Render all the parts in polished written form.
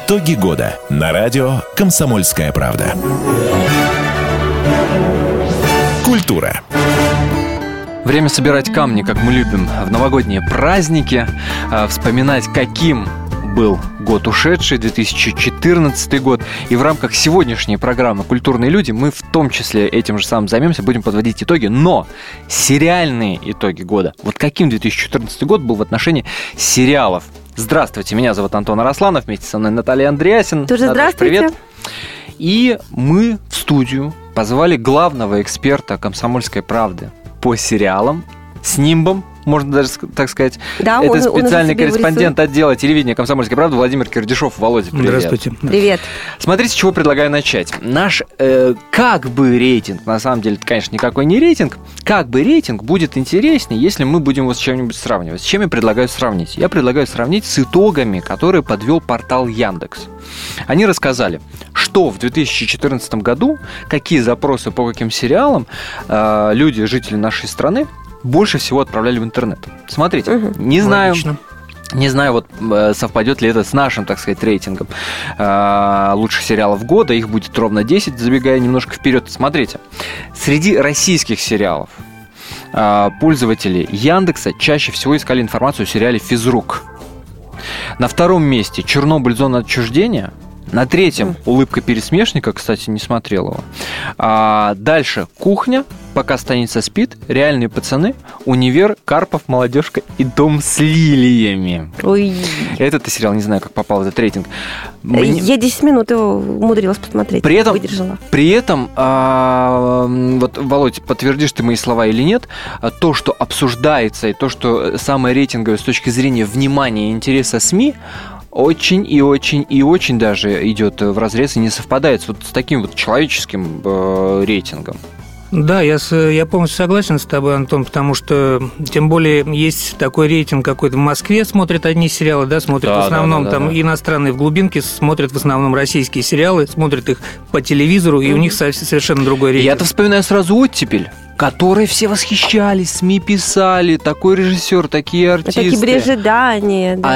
Итоги года на радио «Комсомольская правда». Культура. Время собирать камни, как мы любим в новогодние праздники, вспоминать, каким был год ушедший, 2014 год. И в рамках сегодняшней программы «Культурные люди» мы в том числе этим же самым займемся, будем подводить итоги. Но сериальные итоги года. Вот каким 2014 год был в отношении сериалов? Здравствуйте, меня зовут Антон Арасланов, вместе со мной Наталья Андреасин. Тоже здравствуйте. Привет. И мы в студию позвали главного эксперта «Комсомольской правды» по сериалам с нимбом, можно даже так сказать. Да, это специальный корреспондент отдела телевидения «Комсомольской правды» Владимир Кирдишов. Володя, привет. Здравствуйте. Привет. Смотрите, с чего предлагаю начать. Наш как бы рейтинг, на самом деле, это, конечно, никакой не рейтинг, как бы рейтинг будет интереснее, если мы будем его с чем-нибудь сравнивать. С чем я предлагаю сравнить? Я предлагаю сравнить с итогами, которые подвел портал Яндекс. Они рассказали, что в 2014 году, какие запросы по каким сериалам люди, жители нашей страны, больше всего отправляли в интернет. Смотрите, не знаю, вот совпадет ли это с нашим, так сказать, рейтингом лучших сериалов года. Их будет ровно 10, забегая немножко вперед. Смотрите, среди российских сериалов пользователи Яндекса чаще всего искали информацию о сериале «Физрук». На втором месте «Чернобыль. Зона отчуждения». На третьем «Улыбка пересмешника», кстати, не смотрел его. Дальше «Кухня», «Пока станица спит», «Реальные пацаны», «Универ», «Карпов», «Молодежка» и «Дом с лилиями». Ой. Этот сериал, не знаю, как попал в этот рейтинг. Я 10 минут его умудрилась посмотреть, выдержала. При этом, вот, Володь, подтвердишь ты мои слова или нет, то, что обсуждается, и то, что самое рейтинговое с точки зрения внимания и интереса СМИ, очень и очень и очень даже идет вразрез и не совпадает вот с таким вот человеческим рейтингом. Да, я полностью согласен с тобой, Антон, потому что, тем более, есть такой рейтинг какой-то в Москве, смотрят одни сериалы, да, смотрят в основном иностранные в глубинке, смотрят в основном российские сериалы, смотрят их по телевизору, и у них совершенно другой рейтинг. Я-то вспоминаю сразу «Оттепель», которые все восхищались, СМИ писали, такой режиссер, такие артисты. Такие были ожидания. Да.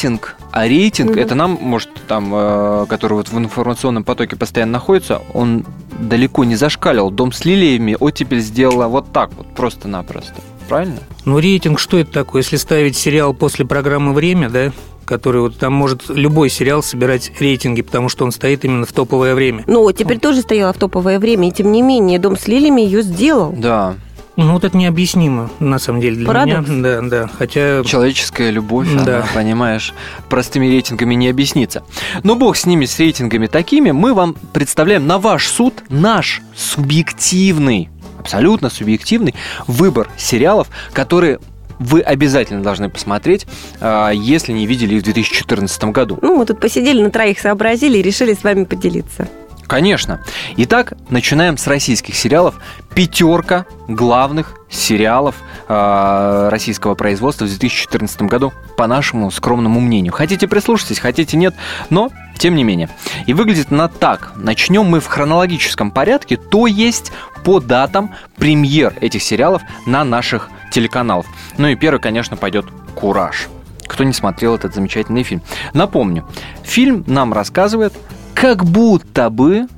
А рейтинг, это нам, может, там, который вот в информационном потоке постоянно находится, он далеко не зашкалил. «Дом с лилиями» «Оттепель» сделала вот так вот, просто-напросто. Правильно? Ну, рейтинг, что это такое? Если ставить сериал после программы «Время», да, который вот там может любой сериал собирать рейтинги, потому что он стоит именно в топовое время. Ну, «Оттепель» тоже стояла в топовое время, и тем не менее «Дом с лилиями» ее сделал. Да. Ну, вот это необъяснимо, на самом деле, для Парадокс. меня. Да, хотя... Человеческая любовь, да. Она, понимаешь, простыми рейтингами не объяснится. Но бог с ними, с рейтингами такими, мы вам представляем на ваш суд наш субъективный, абсолютно субъективный выбор сериалов, которые вы обязательно должны посмотреть, если не видели их в 2014 году. Ну, мы тут посидели на троих, сообразили и решили с вами поделиться. Конечно. Итак, начинаем с российских сериалов. 5 главных сериалов российского производства в 2014 году, по нашему скромному мнению. Хотите, прислушайтесь, хотите, нет, но тем не менее. И выглядит она так. Начнем мы в хронологическом порядке, то есть по датам премьер этих сериалов на наших телеканалах. Ну и первый, конечно, пойдет «Кураж». Кто не смотрел этот замечательный фильм. Напомню, фильм нам рассказывает как будто бы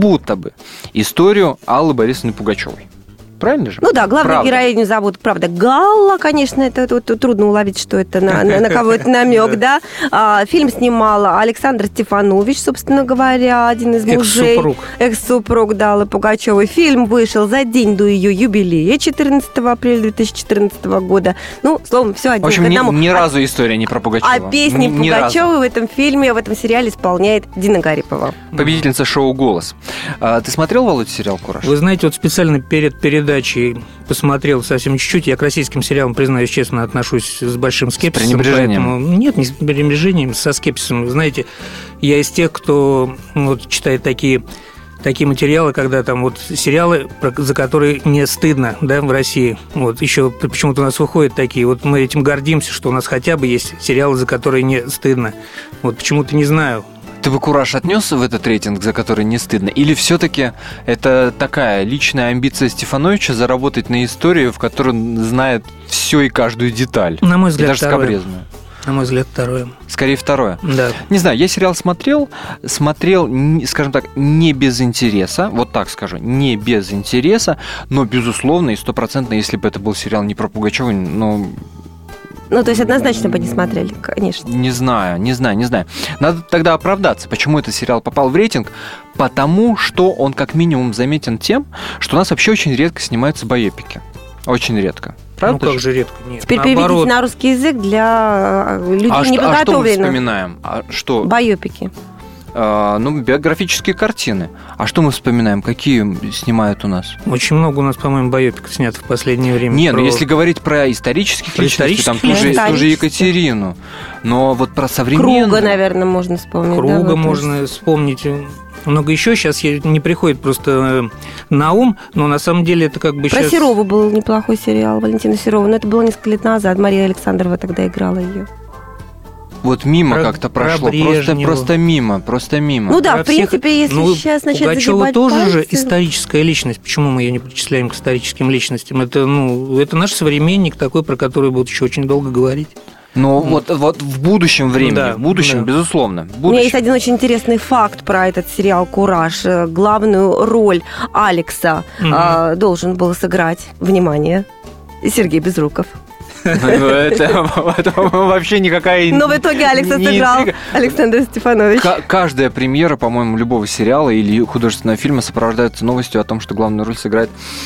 историю Аллы Борисовны Пугачевой. Правильно же? Ну да, главную героиню зовут, правда, Галла, конечно, это трудно уловить, что это на кого это намек, да. Фильм снимала Александр Стефанович, собственно говоря, один из мужей. Экс-супруг Аллы Пугачевой. Фильм вышел за день до ее юбилея, 14 апреля 2014 года. Ну, словом, все один к одному. В общем, ни разу история не про Пугачеву. А песни Пугачевой в этом фильме, в этом сериале исполняет Дина Гарипова. Победительница шоу «Голос». Ты смотрел, Володь, сериал «Кураж»? Вы знаете, вот специально перед передачей посмотрел совсем чуть-чуть. Я к российским сериалам, признаюсь честно, отношусь с большим скепсисом. С пренебрежением? Поэтому... Нет, не с пренебрежением, со скепсисом. Знаете, я из тех, кто читает такие материалы, когда там вот сериалы, за которые не стыдно, да, в России. Вот еще почему-то у нас выходят такие. Вот мы этим гордимся, что у нас хотя бы есть сериалы, за которые не стыдно. Вот почему-то не знаю. Ты бы «Кураж» отнес в этот рейтинг, за который не стыдно? Или все-таки это такая личная амбиция Стефановича заработать на историю, в которой он знает все и каждую деталь? На мой взгляд, даже скабрезную. На мой взгляд, второе. Скорее, второе. Да. Не знаю, я сериал смотрел, скажем так, не без интереса, вот так скажу, не без интереса, но, безусловно, и стопроцентно, если бы это был сериал не про Пугачёва, Ну, то есть однозначно бы не смотрели, конечно. Не знаю. Надо тогда оправдаться, почему этот сериал попал в рейтинг. Потому что он как минимум заметен тем, что у нас вообще очень редко снимаются байопики. Очень редко. Правда? Ну, как же редко? Нет. Теперь переведите на русский язык для людей неподготовленных. А что мы вспоминаем? Байопики. Биографические картины. А что мы вспоминаем? Какие снимают у нас? Очень много у нас, по-моему, байопиков снято в последнее время. Не, если говорить про исторических личностей, там тоже Екатерину. Но вот про современную... Круга, наверное, можно вспомнить. Круга можно вспомнить. Много еще сейчас не приходит просто на ум, но на самом деле это как бы про сейчас... Серову был неплохой сериал, Валентина Серова, но это было несколько лет назад, Мария Александрова тогда играла ее. Вот мимо как-то прошло, просто мимо. Ну да, в принципе, если сейчас начать Пугачёва тоже же историческая личность. Почему мы ее не причисляем к историческим личностям? Это наш современник такой, про который будут еще очень долго говорить. Но вот в будущем времени, безусловно. У меня есть один очень интересный факт про этот сериал «Кураж». Главную роль Алекса должен был сыграть, внимание, Сергей Безруков. Это вообще никакая... Но в итоге Алекса сыграл Александр Стефанович. Каждая премьера, по-моему, любого сериала или художественного фильма сопровождается новостью о том, что главную роль сыграет...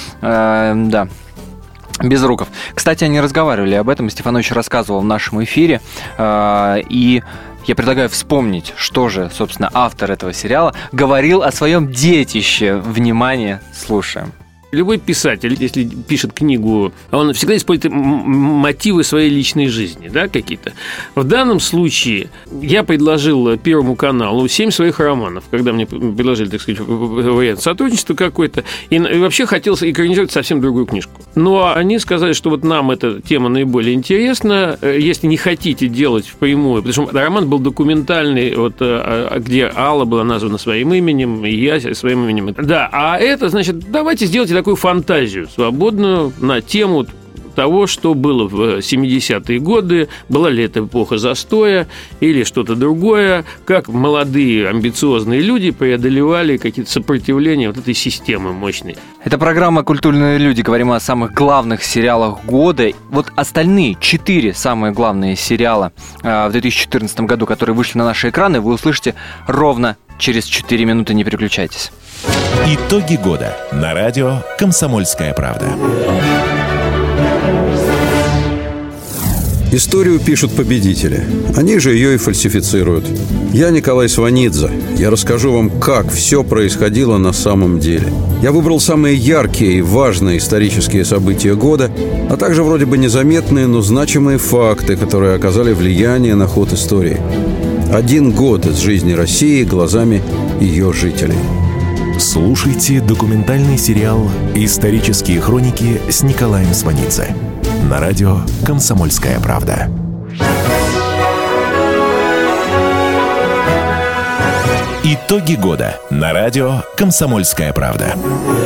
Безруков. Кстати, они разговаривали об этом, Стефанович рассказывал в нашем эфире, и я предлагаю вспомнить, что же, собственно, автор этого сериала говорил о своем детище. Внимание, слушаем. Любой писатель, если пишет книгу, он всегда использует мотивы своей личной жизни, да, какие-то. В данном случае я предложил Первому каналу 7 своих романов, когда мне предложили, так сказать, вариант сотрудничества какой-то, и вообще хотел экранизировать совсем другую книжку. Но они сказали, что вот нам эта тема наиболее интересна, если не хотите делать впрямую, потому что роман был документальный, где Алла была названа своим именем, и я своим именем. Да, а это, значит, давайте сделайте такую фантазию свободную на тему того, что было в 70-е годы, была ли это эпоха застоя или что-то другое, как молодые амбициозные люди преодолевали какие-то сопротивления вот этой системы мощной. Это программа «Культурные люди». Говорим о самых главных сериалах года. Вот остальные 4 самые главные сериала в 2014 году, которые вышли на наши экраны, вы услышите ровно через 4 минуты. Не переключайтесь. Итоги года на радио «Комсомольская правда». Историю пишут победители. Они же ее и фальсифицируют. Я Николай Сванидзе. Я расскажу вам, как все происходило на самом деле. Я выбрал самые яркие и важные исторические события года, а также вроде бы незаметные, но значимые факты, которые оказали влияние на ход истории. 1 год из жизни России глазами ее жителей. Слушайте документальный сериал «Исторические хроники» с Николаем Сванидзе на радио «Комсомольская правда». Итоги года на радио «Комсомольская правда».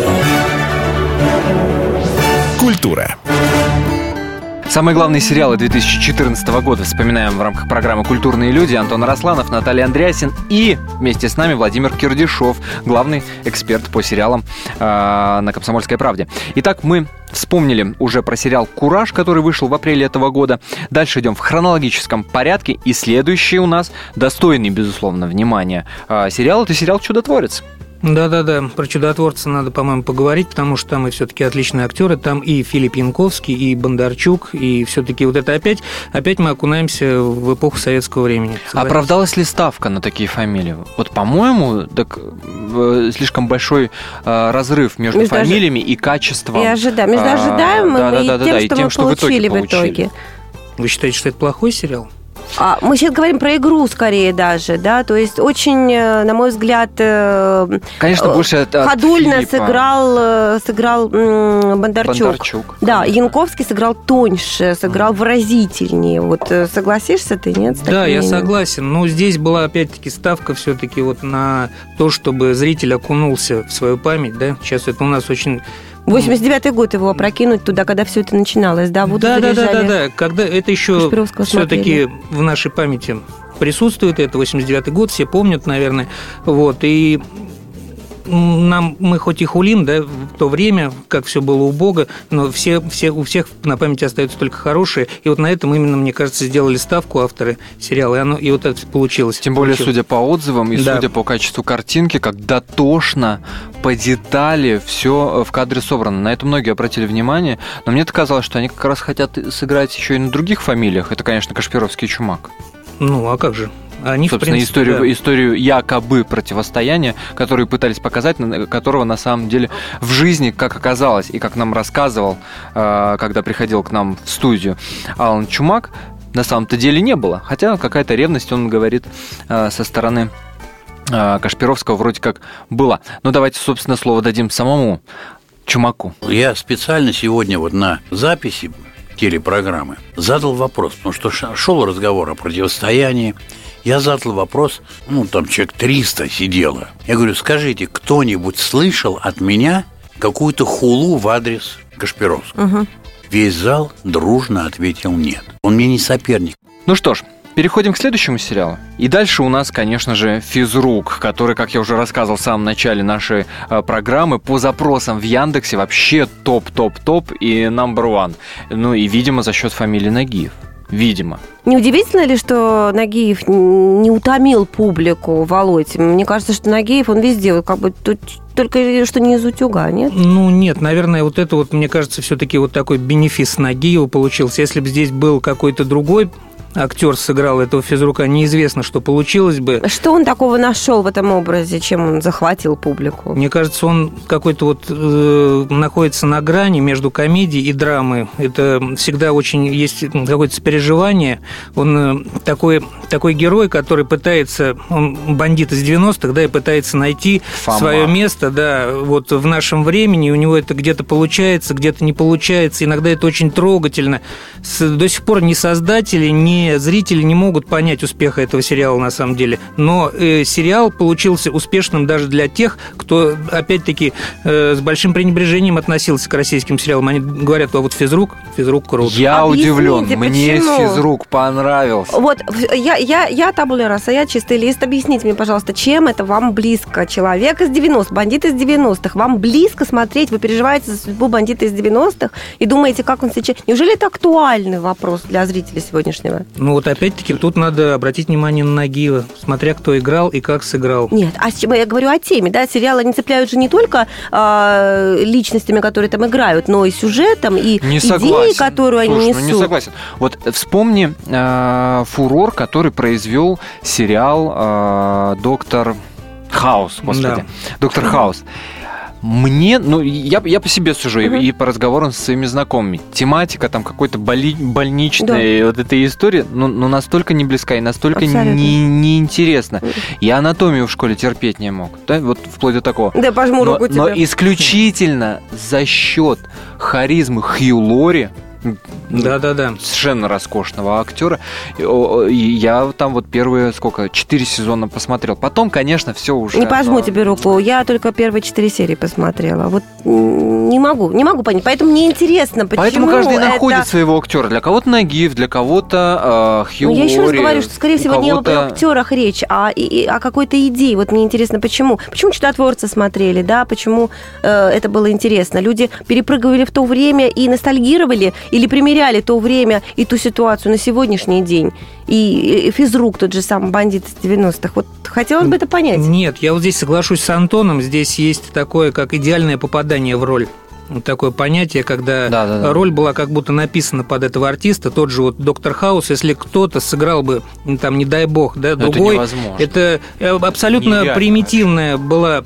Культура. Самые главные сериалы 2014 года вспоминаем в рамках программы «Культурные люди». Антон Арасланов, Наталья Андреасин и вместе с нами Владимир Кирдишов, главный эксперт по сериалам на «Комсомольской правде». Итак, мы вспомнили уже про сериал «Кураж», который вышел в апреле этого года. Дальше идем в хронологическом порядке. И следующий у нас достойный, безусловно, внимания сериал – это сериал «Чудотворец». Да, про «Чудотворца» надо, по-моему, поговорить, потому что там и все-таки отличные актеры, там и Филипп Янковский, и Бондарчук, и все-таки вот это опять мы окунаемся в эпоху советского времени. Оправдалась ли ставка на такие фамилии? Вот, по-моему, так слишком большой разрыв между фамилиями и качеством. Между ожидаемым и тем, что мы получили в итоге. Вы считаете, что это плохой сериал? Мы сейчас говорим про игру скорее даже, да, то есть очень, на мой взгляд, конечно, больше ходульно сыграл Бондарчук. Да, Янковский сыграл тоньше, сыграл выразительнее. Вот согласишься ты, нет? Да, я согласен. Но здесь была опять-таки ставка все-таки вот на то, чтобы зритель окунулся в свою память, да. Сейчас это у нас очень В 89-й год его опрокинуть туда, когда все это начиналось, да? Вот да. Когда это еще все-таки в нашей памяти присутствует, это 89-й год, все помнят, наверное. Вот, и мы хоть и хулим, да, в то время, как все было убого, но у всех на памяти остаются только хорошие. И вот на этом именно, мне кажется, сделали ставку авторы сериала, и вот это получилось. Тем более, судя по отзывам и судя по качеству картинки, как дотошно, по детали все в кадре собрано. На это многие обратили внимание, но мне казалось, что они как раз хотят сыграть еще и на других фамилиях. Это, конечно, Кашпировский и Чумак. Ну, а как же? Они, собственно, в принципе, историю якобы противостояния, которую пытались показать, которого на самом деле в жизни, как оказалось, и как нам рассказывал, когда приходил к нам в студию Алан Чумак, на самом-то деле не было. Хотя какая-то ревность, он говорит, со стороны Кашпировского вроде как была. Но давайте, собственно, слово дадим самому Чумаку. Я специально сегодня вот на записи телепрограммы задал вопрос, потому что шел разговор о противостоянии. Я задал вопрос, там человек 300 сидело. Я говорю, скажите, кто-нибудь слышал от меня какую-то хулу в адрес Кашпировского? Угу. Весь зал дружно ответил нет. Он мне не соперник. Ну что ж, переходим к следующему сериалу. И дальше у нас, конечно же, «Физрук», который, как я уже рассказывал в самом начале нашей программы, по запросам в Яндексе вообще топ-топ-топ и number one. Ну и, видимо, за счет фамилии Нагиев. Видимо. Неудивительно ли, что Нагиев не утомил публику, Володь? Мне кажется, что Нагиев, он везде, вот как бы тут только что не из утюга, нет? Ну, нет, наверное, вот это вот, мне кажется, все-таки вот такой бенефис Нагиева получился. Если бы здесь был какой-то другой актер сыграл этого физрука, неизвестно, что получилось бы. Что он такого нашел в этом образе, чем он захватил публику? Мне кажется, он какой-то вот находится на грани между комедией и драмой. Это всегда очень есть какое-то сопереживание. Он такой герой, который пытается, он бандит из 90-х, да, и пытается найти свое место, да, вот в нашем времени. У него это где-то получается, где-то не получается. Иногда это очень трогательно. До сих пор ни создатели, ни зрители не могут понять успеха этого сериала на самом деле. Но сериал получился успешным даже для тех, кто, опять-таки, с большим пренебрежением относился к российским сериалам. Они говорят, вот физрук круто. Я удивлен, мне «Физрук» понравился. Вот, я табуля раса, я чистый лист. Объясните мне, пожалуйста, чем это вам близко? Человек из 90-х, бандит из 90-х. Вам близко смотреть, вы переживаете за судьбу бандита из 90-х и думаете, как он сейчас... Неужели это актуальный вопрос для зрителей сегодняшнего? Ну вот опять-таки тут надо обратить внимание на Нагиева, смотря кто играл и как сыграл. Нет, я говорю о теме, да, сериалы не цепляют же не только личностями, которые там играют, но и сюжетом, и идеей, которую они несут. Не согласен. Вот вспомни фурор, который произвел сериал «Доктор Хаус», господи. Да. «Доктор Хаус». Мне, я по себе сужу, и по разговорам со своими знакомыми. Тематика там какой-то больничная, вот эта история, но настолько не близка и настолько неинтересна. Я анатомию в школе терпеть не мог, да, вот вплоть до такого. Да, пожму руку тебе. Но исключительно за счет харизмы Хью Лори, совершенно роскошного актера. Я там вот первые 4 сезона посмотрел. Потом, конечно, все уже... Не пожму тебе руку. Я только первые 4 серии посмотрела. Вот не могу понять. Поэтому мне интересно, почему. Поэтому каждый находит своего актера. Для кого-то Нагиев, для кого-то Хью Лори. Я еще раз говорю, что, скорее всего, не об актерах речь, а о какой-то идее. Вот мне интересно, почему. Почему «Чудотворцы» смотрели, да? Почему это было интересно? Люди перепрыгивали в то время и ностальгировали, или примеряли то время и ту ситуацию на сегодняшний день. И «Физрук», тот же самый бандит из 90-х. Вот хотелось бы это понять. Нет, я вот здесь соглашусь с Антоном. Здесь есть такое, как идеальное попадание в роль. Такое понятие, когда роль была как будто написана под этого артиста. Тот же вот «Доктор Хаус», если кто-то сыграл бы, там, не дай бог, да, другой, это абсолютно примитивная была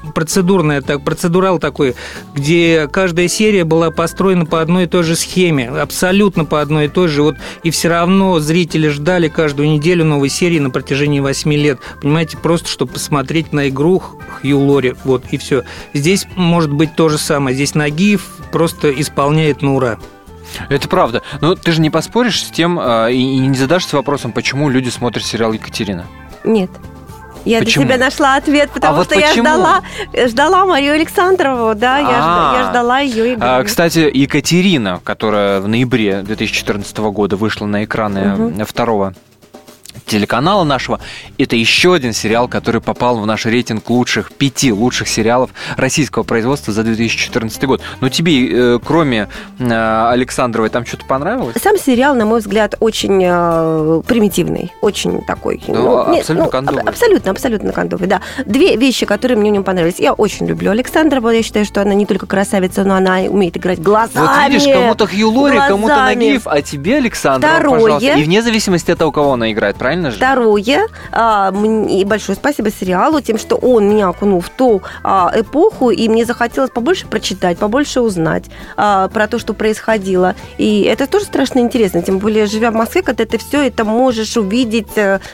процедурал такой, где каждая серия была построена по одной и той же схеме, абсолютно по одной и той же, вот, и все равно зрители ждали каждую неделю новой серии на протяжении 8 лет, понимаете, просто чтобы посмотреть на игру Хью Лори, вот, и все. Здесь может быть то же самое, здесь Нагиев просто исполняет на ура. Это правда, но ты же не поспоришь с тем и не задашься вопросом, почему люди смотрят сериал «Екатерина»? Нет. Я Почему? для себя нашла ответ, потому что я ждала Марию Александрову, да, я ждала ее игры. Кстати, Екатерина, которая в ноябре 2014 года вышла на экраны второго телеканала нашего, это еще один сериал, который попал в наш рейтинг 5 лучших сериалов российского производства за 2014 год. Но тебе, кроме Александровой, там что-то понравилось? Сам сериал, на мой взгляд, очень примитивный, очень такой. Абсолютно кондовый. Абсолютно кондовый, да. Две вещи, которые мне в нем понравились. Я очень люблю Александрову, я считаю, что она не только красавица, но она умеет играть глазами. Вот видишь, кому-то Хью Лори, кому-то Нагиев, а тебе Александрова, пожалуйста. И вне зависимости от того, кого она играет, правильно? Второе, и большое спасибо сериалу тем, что он меня окунул в ту эпоху, и мне захотелось побольше прочитать, побольше узнать про то, что происходило. И это тоже страшно интересно, тем более, живя в Москве, когда ты все это можешь увидеть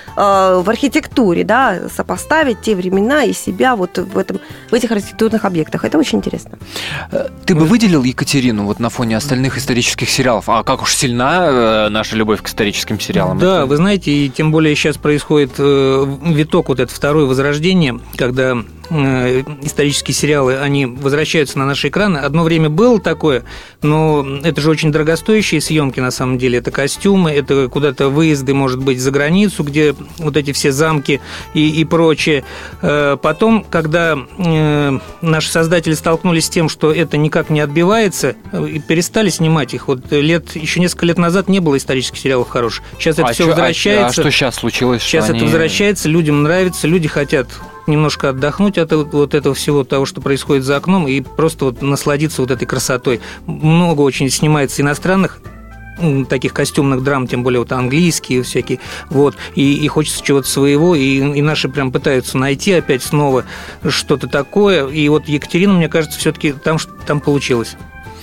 в архитектуре, да, сопоставить те времена и себя вот в этих архитектурных объектах. Это очень интересно. Ты бы выделил Екатерину вот на фоне остальных исторических сериалов? А как уж сильна наша любовь к историческим сериалам? Да, вы знаете, и тем более сейчас происходит виток, вот это второе возрождение, когда исторические сериалы, они возвращаются на наши экраны. Одно время было такое, но это же очень дорогостоящие съемки, на самом деле. Это костюмы, это куда-то выезды, может быть, за границу, где вот эти все замки и прочее. Потом, когда наши создатели столкнулись с тем, что это никак не отбивается, и перестали снимать их. Вот еще несколько лет назад не было исторических сериалов хороших. Сейчас это все возвращается. А что сейчас случилось? Сейчас это возвращается, людям нравится, люди хотят немножко отдохнуть от вот этого всего того, что происходит за окном, и просто вот насладиться вот этой красотой. Много очень снимается иностранных таких костюмных драм, тем более вот английские всякие, вот, и хочется чего-то своего, и наши прям пытаются найти опять снова что-то такое, и вот Екатерина, мне кажется, все-таки там получилось.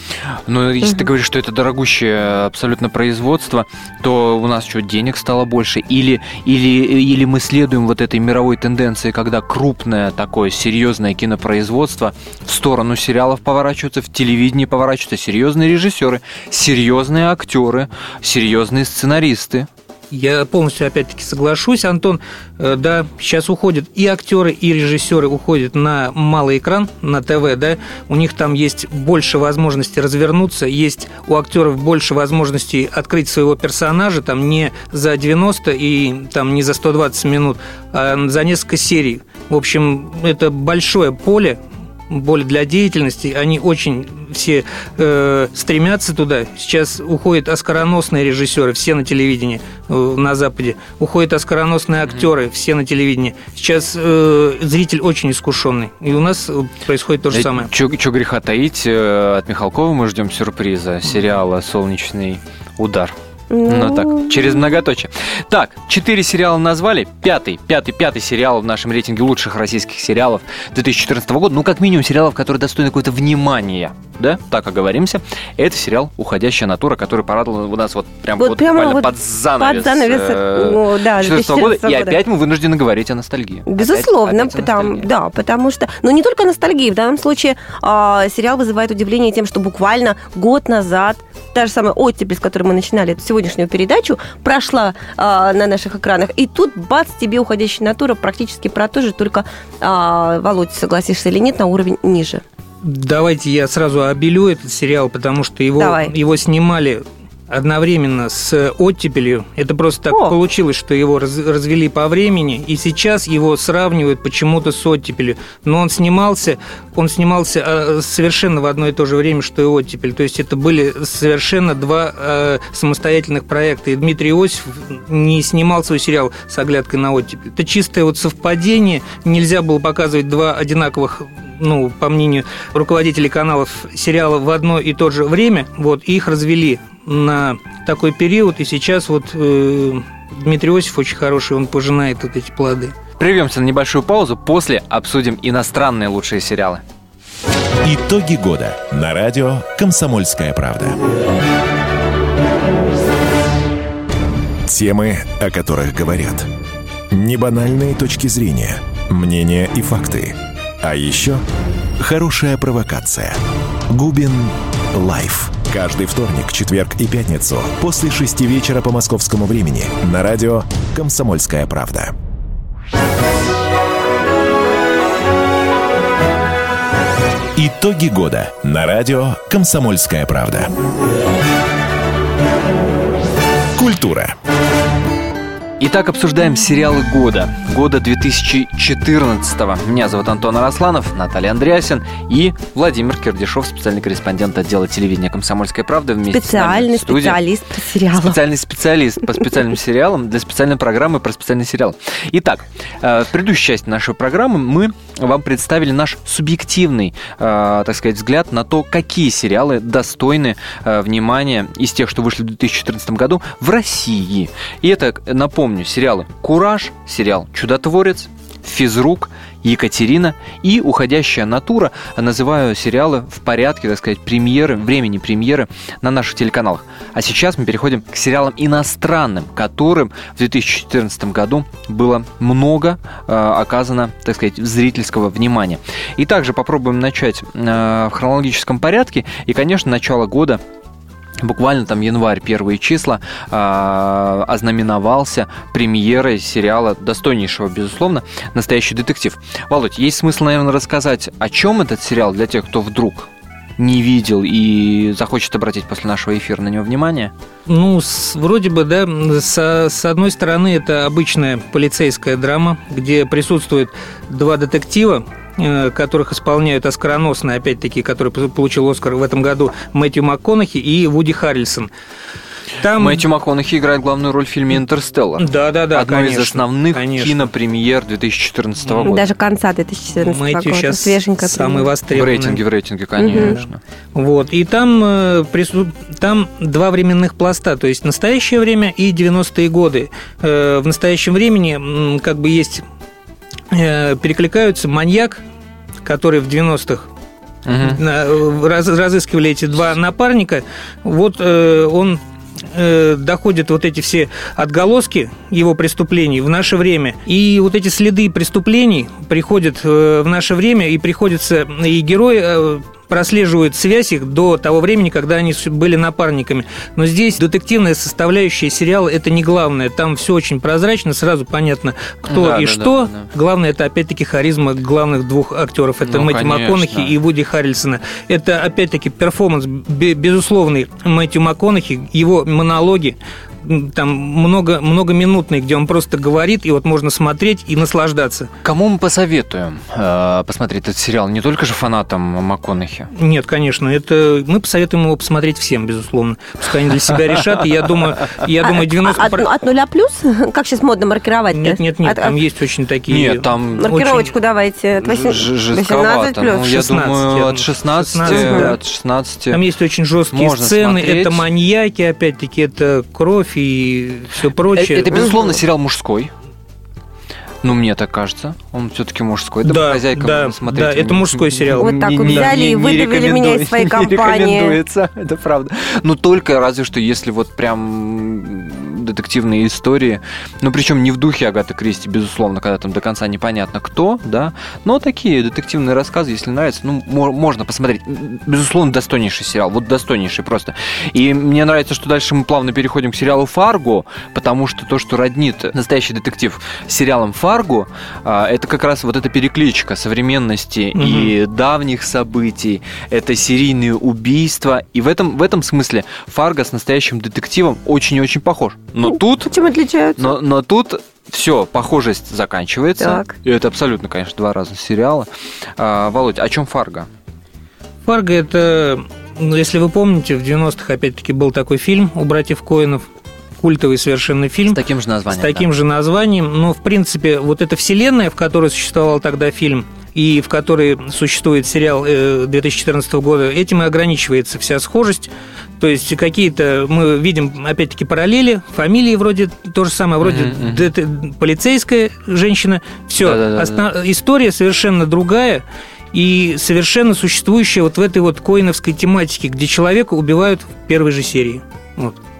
Но если ты говоришь, что это дорогущее абсолютно производство, то у нас что, денег стало больше? Или мы следуем вот этой мировой тенденции, когда крупное такое серьезное кинопроизводство в сторону сериалов поворачивается, в телевидении поворачиваются серьезные режиссеры, серьезные актеры, серьезные сценаристы? Я полностью, опять-таки, соглашусь, Антон. Да, сейчас уходят и актеры, и режиссеры уходят на малый экран, на ТВ, да. У них там есть больше возможностей развернуться, есть у актеров больше возможностей открыть своего персонажа, там не за 90 и там не за 120 минут, а за несколько серий. В общем, это большое поле для деятельности, они очень все стремятся туда. Сейчас уходят оскароносные режиссеры, все на телевидении на Западе. Уходят оскароносные актеры, все на телевидении. Сейчас зритель очень искушенный. И у нас происходит то же самое. Чё греха таить, от Михалкова мы ждем сюрприза сериала «Солнечный удар». Ну так, через многоточие. Так, 4 сериала назвали. Пятый сериал в нашем рейтинге лучших российских сериалов 2014 года. Ну, как минимум, сериалов, которые достойны какого-то внимания. Да, так оговоримся. Это сериал «Уходящая натура», который порадовал у нас вот буквально под занавес 2014 года. И опять мы вынуждены говорить о ностальгии. Безусловно, потому что... Но не только ностальгии. В данном случае сериал вызывает удивление тем, что буквально год назад та же самая «Оттепель», с которой мы начинали эту сегодняшнюю передачу, прошла на наших экранах. И тут, бац, тебе «Уходящая натура» практически про то же, только, Володь, согласишься или нет, на уровень ниже. Давайте я сразу обелю этот сериал, потому что его снимали одновременно с «Оттепелью». Это просто так получилось, что его развели по времени, и сейчас его сравнивают почему-то с «Оттепелью». Но он снимался совершенно в одно и то же время, что и «Оттепель». То есть это были совершенно два самостоятельных проекта. И Дмитрий Иосифов не снимал свой сериал с оглядкой на «Оттепель». Это чистое вот совпадение. Нельзя было показывать два одинаковых, по мнению руководителей каналов, сериала в одно и то же время. Вот, и их развели на такой период, и сейчас вот Дмитрий Иосифов очень хороший, он пожинает вот эти плоды. Прервемся на небольшую паузу, после обсудим иностранные лучшие сериалы. Итоги года на радио «Комсомольская правда». Темы, о которых говорят. Небанальные точки зрения, мнения и факты. А еще хорошая провокация. Губин Лайф. Каждый вторник, четверг и пятницу после 6 вечера по московскому времени на радио «Комсомольская правда». Итоги года на радио «Комсомольская правда». Культура. Итак, обсуждаем сериалы года 2014-го. Меня зовут Антон Арасланов, Наталья Андреасин и Владимир Кирдишов, специальный корреспондент отдела телевидения «Комсомольская правда». Специальный специалист по сериалам. Специальный специалист по специальным сериалам для специальной программы про специальный сериал. Итак, в предыдущей части нашей программы мы вам представили наш субъективный, так сказать, взгляд на то, какие сериалы достойны внимания из тех, что вышли в 2014 году в России. И это, напомню, сериалы «Кураж», сериал «Чудотворец», «Физрук», «Екатерина» и «Уходящая натура». Называю сериалы в порядке, так сказать, премьеры, времени премьеры на наших телеканалах. А сейчас мы переходим к сериалам иностранным, которым в 2014 году было много оказано, так сказать, зрительского внимания. И также попробуем начать в хронологическом порядке. И, конечно, начало года, буквально там январь, первые числа, ознаменовался премьерой сериала достойнейшего, безусловно, «Настоящий детектив». Володь, есть смысл, наверное, рассказать, о чем этот сериал для тех, кто вдруг не видел и захочет обратить после нашего эфира на него внимание? Ну, вроде бы, да, с одной стороны, это обычная полицейская драма, где присутствуют два детектива, которых исполняют оскароносные, опять-таки, который получил Оскар в этом году, Мэтью МакКонахи и Вуди Харрельсон. Там... Мэтью МакКонахи играет главную роль в фильме «Интерстеллар». Да, одной конечно, из основных кинопремьер 2014 года. Даже конца 2014 года. Мэтью сейчас свеженькая самый востребованный. В рейтинге, конечно. Вот. И там два временных пласта, то есть настоящее время и 90-е годы. В настоящем времени как бы есть... перекликаются маньяк, который в 90-х разыскивали эти два напарника. Вот он доходят вот эти все отголоски его преступлений в наше время. И вот эти следы преступлений приходят в наше время, и приходится и герои прослеживают связь их до того времени, когда они были напарниками. Но здесь детективная составляющая сериала – это не главное. Там все очень прозрачно, сразу понятно, кто и что. Да. Главное – это, опять-таки, харизма главных двух актеров. Это Мэтью МакКонахи и Вуди Харрельсона. Это, опять-таки, перформанс безусловный Мэтью МакКонахи, его монологи, там многоминутный, где он просто говорит, и вот можно смотреть и наслаждаться. Кому мы посоветуем посмотреть этот сериал? Не только же фанатам МакКонахи? Нет, конечно. Это мы посоветуем его посмотреть всем, безусловно. Пускай они для себя решат. И я думаю 90%... От 0 плюс? Как сейчас модно маркировать? Нет. Там есть очень такие... Нет, там... Маркировочку очень... давайте. От 18 плюс. Ну, я думаю, от 16. Там есть очень жесткие сцены. Смотреть. Это маньяки, опять-таки, это кровь и все прочее. Это безусловно, сериал мужской. Ну, мне так кажется. Он все-таки мужской. Да, это мужской сериал. Вот так вот взяли и выдавили меня из своей компании. Не рекомендуется, это правда. Ну, только разве что, если вот прям детективные истории, ну, причем не в духе Агаты Кристи, безусловно, когда там до конца непонятно кто, да, но такие детективные рассказы, если нравится, ну, можно посмотреть. Безусловно, достойнейший сериал, вот достойнейший просто. И мне нравится, что дальше мы плавно переходим к сериалу «Фарго», потому что то, что роднит «Настоящий детектив» с сериалом «Фарго», это как раз вот эта перекличка современности и давних событий, это серийные убийства, и в этом смысле «Фарго» с «Настоящим детективом» очень-очень похож. Но тут... Чем отличаются? Но тут все, похожесть заканчивается. Так. И это абсолютно, конечно, два разных сериала. Володь, о чем «Фарго»? «Фарго» — это, если вы помните, в 90-х, опять-таки, был такой фильм у братьев Коэнов, культовый совершенно фильм. С таким же названием. С таким же названием. Но, в принципе, вот эта вселенная, в которой существовал тогда фильм, и в которой существует сериал 2014 года, этим и ограничивается вся схожесть. То есть какие-то мы видим, опять-таки, параллели, фамилии вроде то же самое, вроде полицейская женщина. Все, история совершенно другая и совершенно существующая вот в этой вот коэновской тематике, где человека убивают в первой же серии. Вот.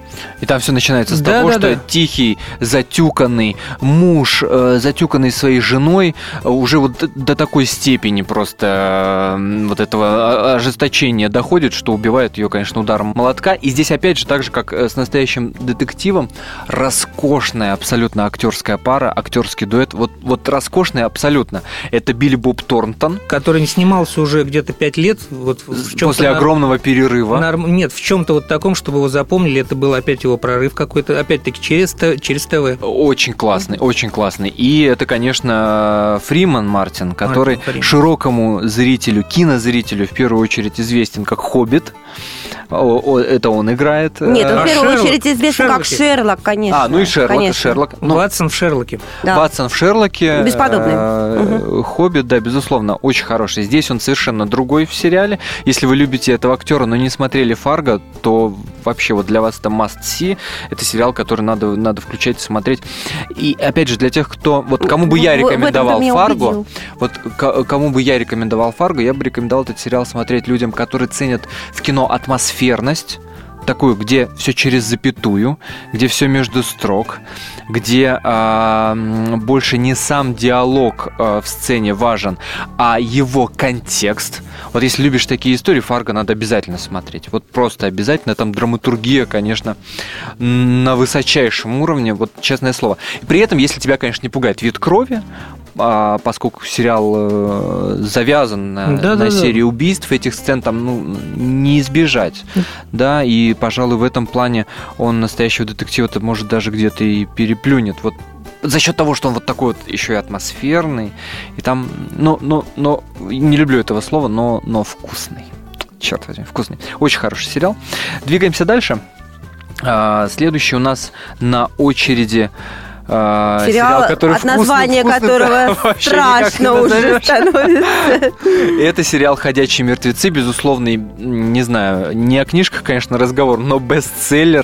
И там все начинается с того, что тихий, затюканный муж, затюканный своей женой, уже вот до такой степени просто вот этого ожесточения доходит, что убивает ее, конечно, ударом молотка. И здесь, опять же, так же, как с настоящим детективом, роскошная абсолютно актерская пара, актерский дуэт. Вот роскошная абсолютно. Это Билли Боб Торнтон. Который не снимался уже где-то 5 лет. Вот после огромного перерыва. Нет, в чем-то вот таком, чтобы его запомнили, это был опять его прорыв какой-то, опять-таки, через ТВ. Очень классный, очень классный. И это, конечно, Фриман Мартин, который широкому зрителю, кинозрителю в первую очередь известен как Хоббит. Это он играет. Нет, он в первую очередь известен как Шерлок, конечно. Ну и Шерлок. Ватсон в Шерлоке. Да. Ватсон в Шерлоке. Бесподобный. Хоббит, да, безусловно, очень хороший. Здесь он совершенно другой в сериале. Если вы любите этого актера, но не смотрели «Фарго», то вообще вот для вас это must see. Это сериал, который надо включать и смотреть. И опять же, для тех, кто... Вот кому бы я рекомендовал «Фарго», кому бы я рекомендовал «Фарго», я бы рекомендовал этот сериал смотреть людям, которые ценят в кино атмосферность, такую, где все через запятую, где все между строк, где больше не сам диалог в сцене важен, а его контекст. Вот если любишь такие истории, «Фарго» надо обязательно смотреть. Вот просто обязательно. Там драматургия, конечно, на высочайшем уровне, вот честное слово. И при этом, если тебя, конечно, не пугает вид крови, поскольку сериал завязан на серии убийств, этих сцен там не избежать. Да, и, пожалуй, в этом плане он настоящего детектива-то, может, даже где-то и переплюнет. Вот за счет того, что он вот такой вот еще и атмосферный, и там, не люблю этого слова, но вкусный. Черт возьми, вкусный. Очень хороший сериал. Двигаемся дальше. Следующий у нас на очереди сериал, который от названия которого страшно уже становится. Это сериал «Ходячие мертвецы», безусловно, не знаю, не о книжках, конечно, разговор, но бестселлер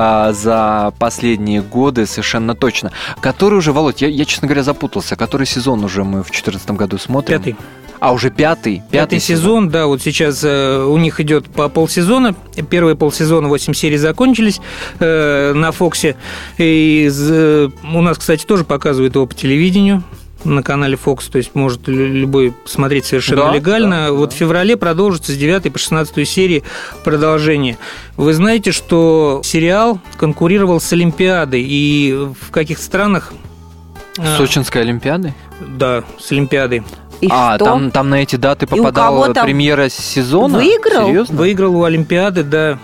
за последние годы совершенно точно. Который уже, Володь, я, честно говоря, запутался. Который сезон уже мы в 2014 году смотрим? 5-й. Уже пятый сезон, да, вот сейчас у них идет по полсезона. Первые полсезона 8 серий закончились на Фоксе. И у нас, кстати, тоже показывают его по телевидению на канале Fox, то есть может любой смотреть совершенно легально. В феврале продолжится с 9 по 16 серии продолжение. Вы знаете, что сериал конкурировал с Олимпиадой, и в каких странах... С Сочинской Олимпиадой? Да, с Олимпиадой. Там на эти даты попадала премьера сезона? Выиграл? Серьезно? Выиграл у Олимпиады, да.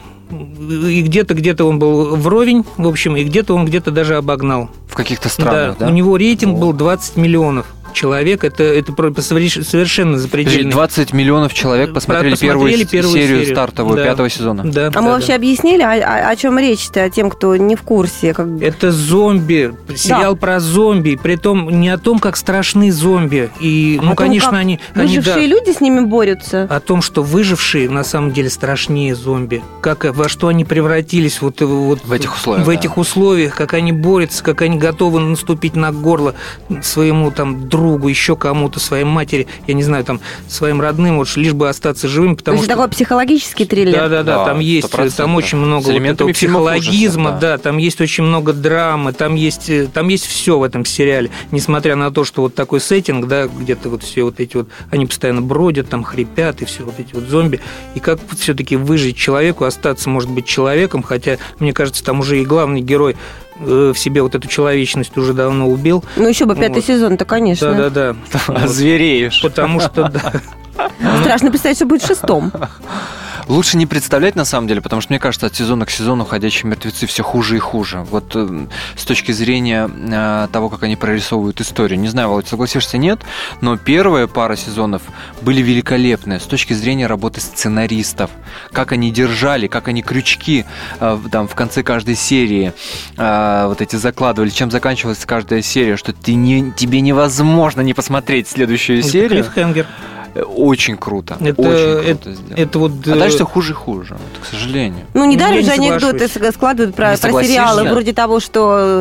И где-то он был вровень, в общем, и где-то он даже обогнал. В каких-то странах, да? У него рейтинг был 20 миллионов человек. Это совершенно запредельно. 20 миллионов человек посмотрели первую серию стартовую 5-го сезона. Да, мы вообще объяснили, о чем речь-то, тем, кто не в курсе? Это зомби, сериал про зомби, притом не о том, как страшны зомби. И, конечно, они... Выжившие люди с ними борются. О том, что выжившие на самом деле страшнее зомби. Во что они превратились в этих условиях, как они борются, как они готовы наступить на горло своему другу, еще кому-то, своей матери, я не знаю, своим родным, лишь бы остаться живым, потому что... такой психологический триллер. Да, там есть, там очень много этого психологизма, там есть очень много драмы, там есть все в этом сериале, несмотря на то, что вот такой сеттинг, да, где-то вот все вот эти вот, они постоянно бродят, там хрипят, и все вот эти вот зомби, и как все-таки выжить человеку, остаться, может быть, человеком, хотя, мне кажется, там уже и главный герой в себе вот эту человечность уже давно убил. Еще бы 5-й сезон-то, конечно. Да. Звереешь. Потому что, страшно представить, что будет в 6-м. Лучше не представлять, на самом деле, потому что, мне кажется, от сезона к сезону «Ходячие мертвецы» все хуже и хуже. Вот с точки зрения того, как они прорисовывают историю. Не знаю, Володь, согласишься, нет, но первая пара сезонов были великолепные с точки зрения работы сценаристов. Как они держали, как они крючки в конце каждой серии вот эти закладывали, чем заканчивалась каждая серия, что тебе невозможно не посмотреть следующую серию. Клиффхенгер. Очень круто. Очень круто сделано. А дальше все хуже и хуже, к сожалению. Недаром же анекдоты складывают про сериалы, вроде того, что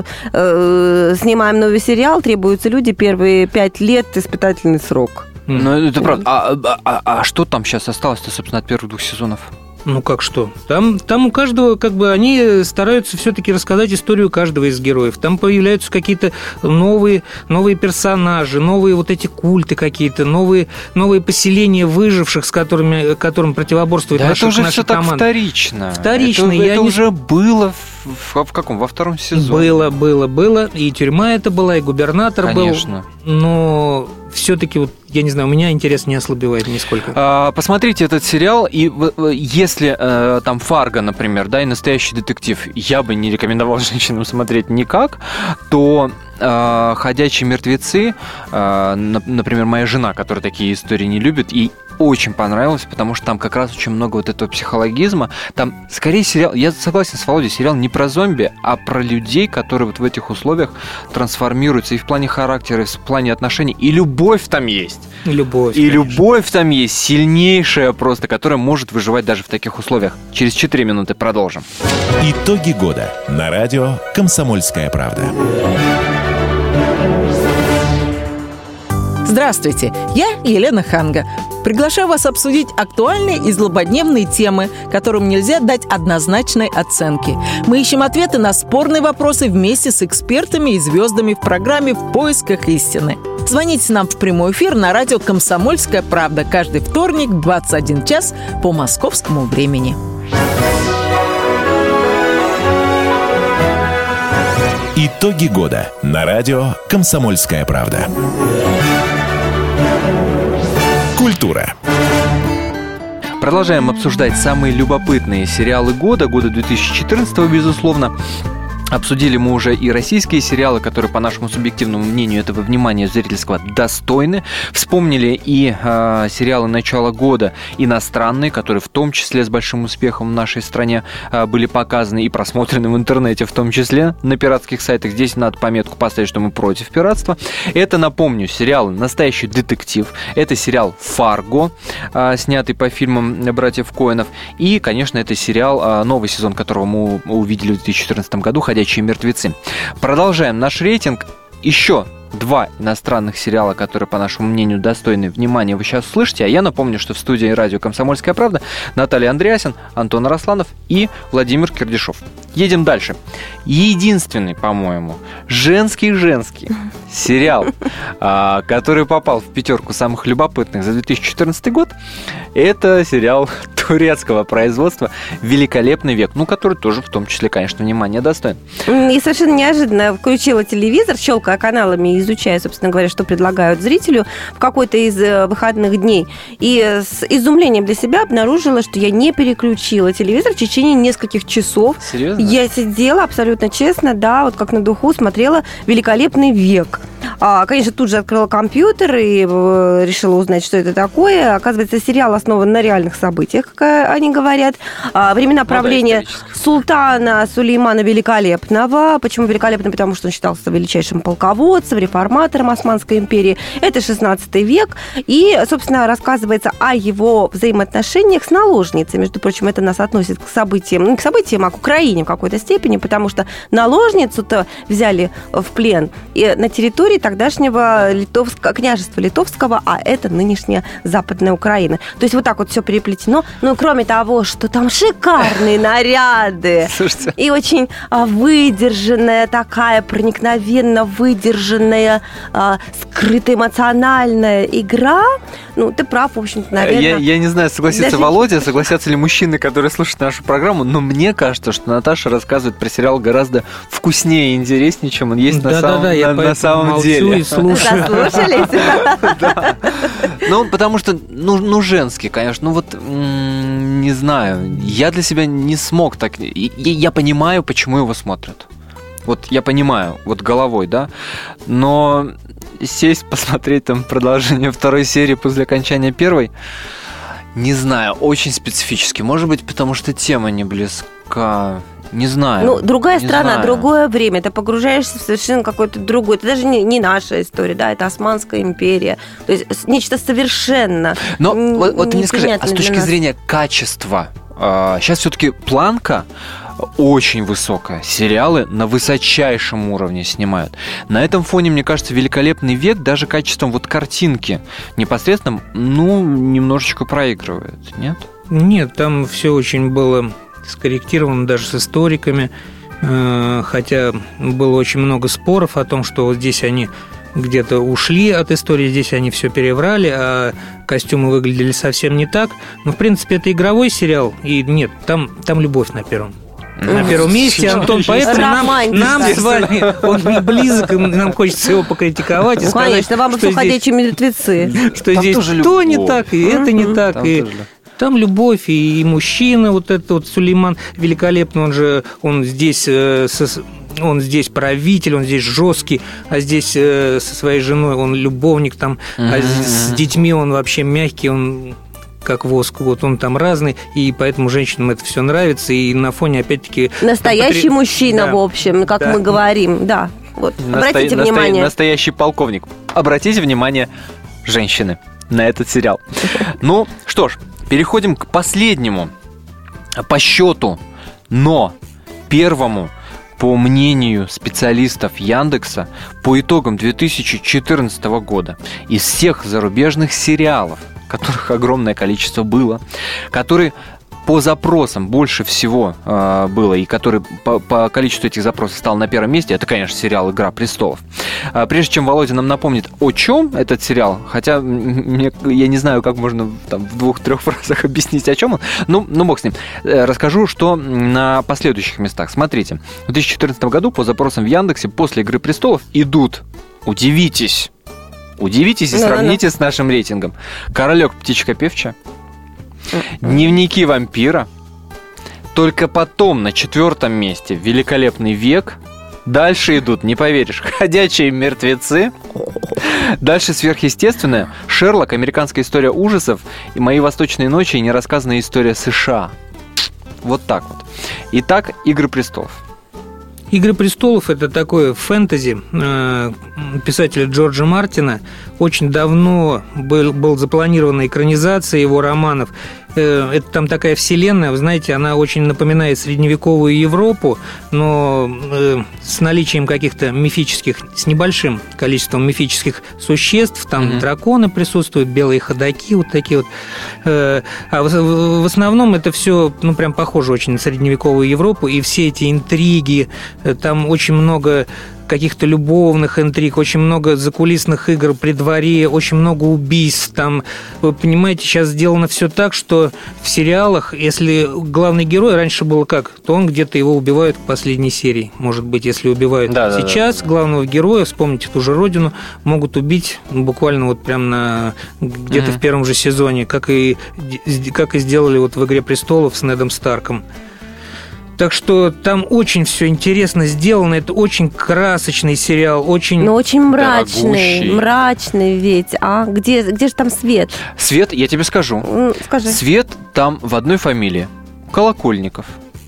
снимаем новый сериал, требуются люди, первые 5 лет испытательный срок. Ну, это правда. А что там сейчас осталось-то, собственно, от первых 2 сезонов? Ну как что? Там у каждого, как бы, они стараются все-таки рассказать историю каждого из героев. Там появляются какие-то новые персонажи, новые вот эти культы какие-то, новые поселения выживших, с которым противоборствует наша команда. Это уже все так вторично. Это уже было в каком? Во втором сезоне. Было. И тюрьма это была, и губернатор был. Конечно. Но все-таки, вот, я не знаю, у меня интерес не ослабевает нисколько. Посмотрите этот сериал, и если там Фарго, например, да, и «Настоящий детектив», я бы не рекомендовал женщинам смотреть никак, то «Ходячие мертвецы», например, моя жена, которая такие истории не любит, и очень понравилось, потому что там как раз очень много вот этого психологизма. Там скорее сериал, я согласен с Володей, сериал не про зомби, а про людей, которые вот в этих условиях трансформируются и в плане характера, и в плане отношений. И любовь там есть. Любовь там есть, сильнейшая просто, которая может выживать даже в таких условиях. Через 4 минуты продолжим. Итоги года на радио «Комсомольская правда». Здравствуйте, я Елена Ханга. Приглашаю вас обсудить актуальные и злободневные темы, которым нельзя дать однозначной оценки. Мы ищем ответы на спорные вопросы вместе с экспертами и звездами в программе «В поисках истины». Звоните нам в прямой эфир на радио «Комсомольская правда» каждый вторник в 21 час по московскому времени. Итоги года на радио «Комсомольская правда». Культура. Продолжаем обсуждать самые любопытные сериалы года 2014, безусловно. Обсудили мы уже и российские сериалы, которые, по нашему субъективному мнению, этого внимания зрительского достойны. Вспомнили и сериалы начала года иностранные, которые в том числе с большим успехом в нашей стране были показаны и просмотрены в интернете, в том числе на пиратских сайтах. Здесь надо пометку поставить, что мы против пиратства. Это, напомню, сериал «Настоящий детектив». Это сериал «Фарго», снятый по фильмам братьев Коэнов. И, конечно, это сериал, новый сезон которого мы увидели в 2014 году, «Ходячие мертвецы». Продолжаем наш рейтинг. Еще 2 иностранных сериала, которые, по нашему мнению, достойны внимания, вы сейчас услышите. А я напомню, что в студии радио «Комсомольская правда» Наталья Андреасин, Антон Арасланов и Владимир Кирдишов. Едем дальше. Единственный, по-моему, женский сериал, который попал в 5 самых любопытных за 2014 год, это сериал турецкого производства «Великолепный век», который тоже в том числе, конечно, внимание достоин. И совершенно неожиданно включила телевизор, щелкая каналами, изучая, собственно говоря, что предлагают зрителю в какой-то из выходных дней. И с изумлением для себя обнаружила, что я не переключила телевизор в течение нескольких часов. Серьезно? Я сидела абсолютно честно, да, вот как на духу смотрела «Великолепный век». Конечно, тут же открыла компьютер и решила узнать, что это такое. Оказывается, сериал основан на реальных событиях, как они говорят. Времена правления султана Сулеймана Великолепного. Почему великолепный? Потому что он считался величайшим полководцем, реформатором Османской империи. Это 16 век. И, собственно, рассказывается о его взаимоотношениях с наложницей. Между прочим, это нас относит к событиям, не к событиям, а к Украине в какой-то степени, потому что наложницу-то взяли в плен и на территории тогдашнего княжества Литовского, а это нынешняя Западная Украина. То есть вот так вот все переплетено. Ну, кроме того, что там шикарные наряды. Слушайте. И очень выдержанная такая, проникновенно выдержанная, скрытая эмоциональная игра. Ну, ты прав, в общем-то, наверное. Я не знаю, согласится Володя, согласятся ли мужчины, которые слушают нашу программу, но мне кажется, что Наташа рассказывает про сериал гораздо вкуснее и интереснее, чем он есть на самом деле. И слушаю. Заслушались? Ну, потому что, женский, конечно. Не знаю. Я для себя не смог так... Я понимаю, почему его смотрят. Я понимаю, головой, да. Но сесть, посмотреть там продолжение 2 серии после окончания 1, не знаю, очень специфически. Может быть, потому что тема не близка... Не знаю. Другая страна, другое время. Ты погружаешься в совершенно какой-то другой. Это даже не наша история, да, это Османская империя. То есть нечто совершенно. Но ты мне скажи, а с точки зрения качества, сейчас все-таки планка очень высокая. Сериалы на высочайшем уровне снимают. На этом фоне, мне кажется, «Великолепный век» даже качеством картинки непосредственно, немножечко проигрывает, нет? Нет, там все очень было скорректировано даже с историками, хотя было очень много споров о том, что вот здесь они где-то ушли от истории, здесь они все переврали, а костюмы выглядели совсем не так. Но, в принципе, это игровой сериал, и нет, там любовь на первом месте, Антон, поэтому нам с вами он не близок, и нам хочется его покритиковать и сказать, конечно, вам что «Ходячие мертвецы», что здесь то не так, и это не так, и там любовь, и мужчина, вот этот вот Сулейман великолепный, он здесь правитель, он здесь жесткий, а здесь со своей женой он любовник, там, а с детьми он вообще мягкий, он как воск, вот он там разный, и поэтому женщинам это все нравится, и на фоне, опять-таки... Настоящий мужчина, да. В общем, как мы говорим, да. Вот. Обратите внимание. Настоящий полковник. Обратите внимание, женщины, на этот сериал. Ну, что ж, переходим к последнему по счету, но первому, по мнению специалистов Яндекса, по итогам 2014 года из всех зарубежных сериалов, которых огромное количество было, которые по запросам больше всего было, и который по количеству этих запросов стал на первом месте, это, конечно, сериал «Игра престолов». Прежде чем Володя нам напомнит, о чем этот сериал, хотя я не знаю, как можно там, в 2-3 фразах объяснить, о чем он, ну бог с ним. Расскажу, что на последующих местах. Смотрите, в 2014 году по запросам в Яндексе после «Игры престолов» идут, удивитесь и сравните с нашим рейтингом: «Королек, птичка певчая», «Дневники вампира», только потом на 4-м месте «Великолепный век», дальше идут, не поверишь, «Ходячие мертвецы», дальше «Сверхъестественное», «Шерлок», «Американская история ужасов» и «Мои восточные ночи» и «Нерассказанная история США». Вот так вот. Итак, «Игры престолов». «Игры престолов» — это такое фэнтези писателя Джорджа Мартина. Очень давно был запланирована экранизация его романов. Это там такая вселенная, вы знаете, она очень напоминает средневековую Европу, но с наличием каких-то мифических, с небольшим количеством мифических существ. Там драконы присутствуют, белые ходаки, вот такие вот. А в основном это все, прям похоже очень на средневековую Европу, и все эти интриги, там очень много каких-то любовных интриг, очень много закулисных игр при дворе, очень много убийств. Там, вы понимаете, сейчас сделано все так, что в сериалах, если главный герой раньше было как, то он где-то его убивают к последней серии. Может быть, если убивают сейчас главного героя, вспомните ту же «Родину», могут убить буквально вот прям где-то в первом же сезоне, как и сделали вот в «Игре престолов» с Недом Старком. Так что там очень все интересно сделано. Это очень красочный сериал, очень... Но очень мрачный ведь. А где же там свет? Свет, я тебе скажу. Скажи. Свет там в одной фамилии. Колокольцев.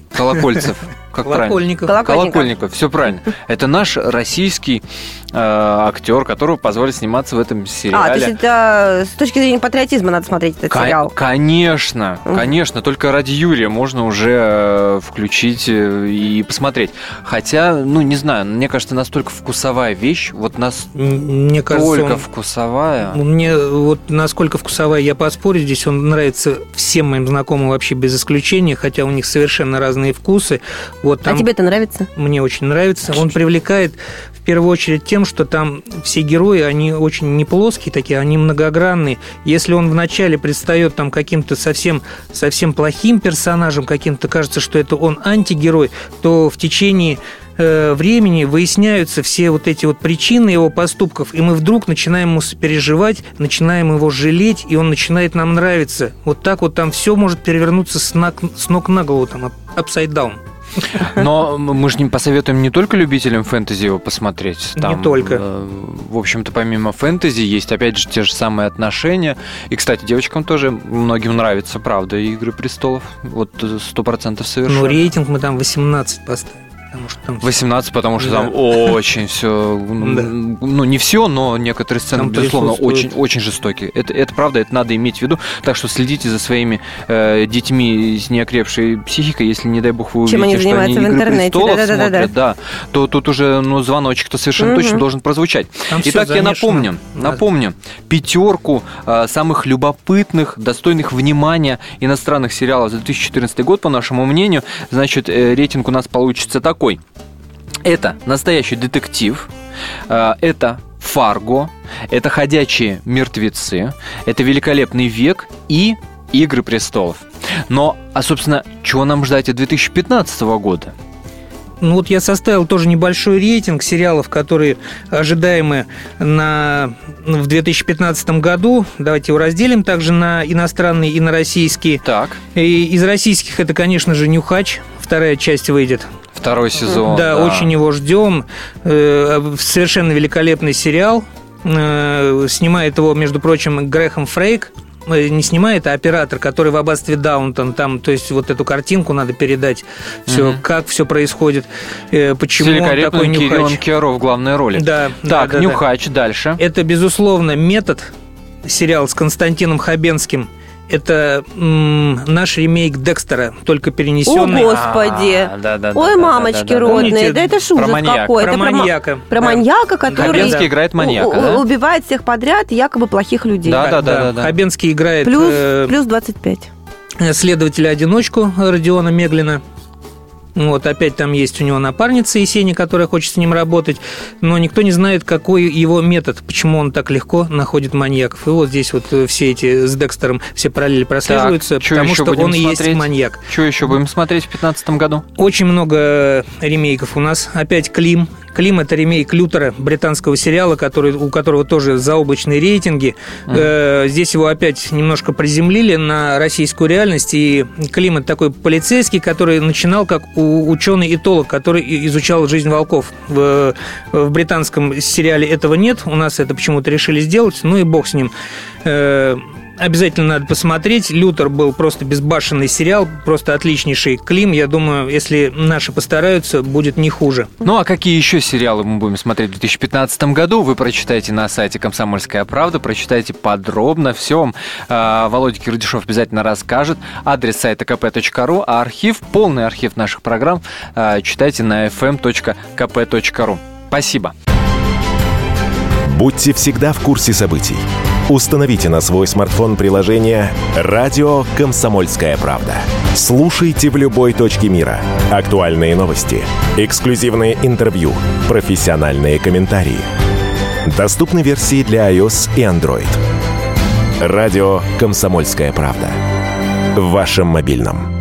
Как Колокольников, все правильно. Это наш российский актер, которого позволили сниматься в этом сериале. То есть это с точки зрения патриотизма надо смотреть этот сериал? Конечно, только ради Юрия можно уже включить и посмотреть. Хотя, не знаю, мне кажется, настолько вкусовая вещь, мне кажется, вкусовая. Мне вот насколько вкусовая, я поспорю, здесь он нравится всем моим знакомым вообще без исключения, хотя у них совершенно разные вкусы. Вот там, тебе это нравится? Мне очень нравится. Он привлекает в первую очередь тем, что там все герои, они очень не плоские такие, они многогранные. Если он вначале предстает там каким-то совсем плохим персонажем, каким-то кажется, что это он антигерой, то в течение времени выясняются все вот эти вот причины его поступков, и мы вдруг начинаем ему сопереживать, начинаем его жалеть, и он начинает нам нравиться. Вот так вот там все может перевернуться с ног на голову, там, upside down. Но мы же не посоветуем не только любителям фэнтези его посмотреть. Там, не только. В общем-то, помимо фэнтези, есть, опять же, те же самые отношения. И, кстати, девочкам тоже многим нравится, правда, «Игры престолов». Вот 100% совершенно. Рейтинг мы там 18 поставим. 18, потому что там очень все, ну, не все, но некоторые сцены, там, безусловно, очень жестокие. Это правда, это надо иметь в виду. Так что следите за своими детьми с неокрепшей психикой. Если, не дай бог, вы увидите, что они «Игры престолов» смотрят, то тут уже звоночек-то совершенно точно должен прозвучать. Итак, я напомню 5 самых любопытных, достойных внимания иностранных сериалов за 2014 год, по нашему мнению. Значит, рейтинг у нас получится такой. Это «Настоящий детектив», это «Фарго», это «Ходячие мертвецы», это «Великолепный век» и «Игры престолов». Но, собственно, чего нам ждать от 2015 года? Ну вот я составил тоже небольшой рейтинг сериалов, которые ожидаемы в 2015 году. Давайте его разделим также на иностранные и на российские. Так. И из российских это, конечно же, «Нюхач». 2-я часть выйдет. 2-й сезон. Да, очень его ждем. Совершенно великолепный сериал. Снимает его, между прочим, Грэхэм Фрейк. Не снимает, а оператор, который в «Аббатстве Даунтон». Там, то есть, вот эту картинку надо передать. Все, как все происходит, почему он такой «Нюхач». Кириллом Киаро в главной роли. Да. Так, да, «Нюхач», дальше. Это, безусловно, «Метод», сериал с Константином Хабенским. Это наш ремейк «Декстера», только перенесенный. О, Господи! Ой, мамочки родные, да это ж ужас какой. Про маньяка. Про маньяка, который Хабенский играет маньяка, убивает всех подряд, якобы плохих людей. Да. Хабенский играет... Плюс 25. Следователя-одиночку Родиона Меглина. Вот, опять там есть у него напарница Есения, которая хочет с ним работать, но никто не знает, какой его метод, почему он так легко находит маньяков. И вот здесь вот все эти с Декстером, все параллели прослеживаются, потому что он и есть маньяк. Что еще будем смотреть в 2015 году? Очень много ремейков у нас. Опять «Клим». «Клим» — это ремейк Лютера, британского сериала, у которого тоже заоблачные рейтинги. Здесь его опять немножко приземлили на российскую реальность. И Клим — это такой полицейский, который начинал как ученый-этолог, который изучал жизнь волков. В британском сериале этого нет. У нас это почему-то решили сделать. Ну и бог с ним. Обязательно надо посмотреть. «Лютер» был просто безбашенный сериал, просто отличнейший. «Клим», я думаю, если наши постараются, будет не хуже. Ну, а какие еще сериалы мы будем смотреть в 2015 году? Вы прочитаете на сайте «Комсомольская правда», прочитайте подробно, все вам Володя Кирдюшов обязательно расскажет. Адрес сайта kp.ru, а полный архив наших программ читайте на fm.kp.ru. Спасибо. Будьте всегда в курсе событий. Установите на свой смартфон приложение «Радио Комсомольская правда». Слушайте в любой точке мира. Актуальные новости, эксклюзивные интервью, профессиональные комментарии. Доступны версии для iOS и Android. «Радио Комсомольская правда». В вашем мобильном.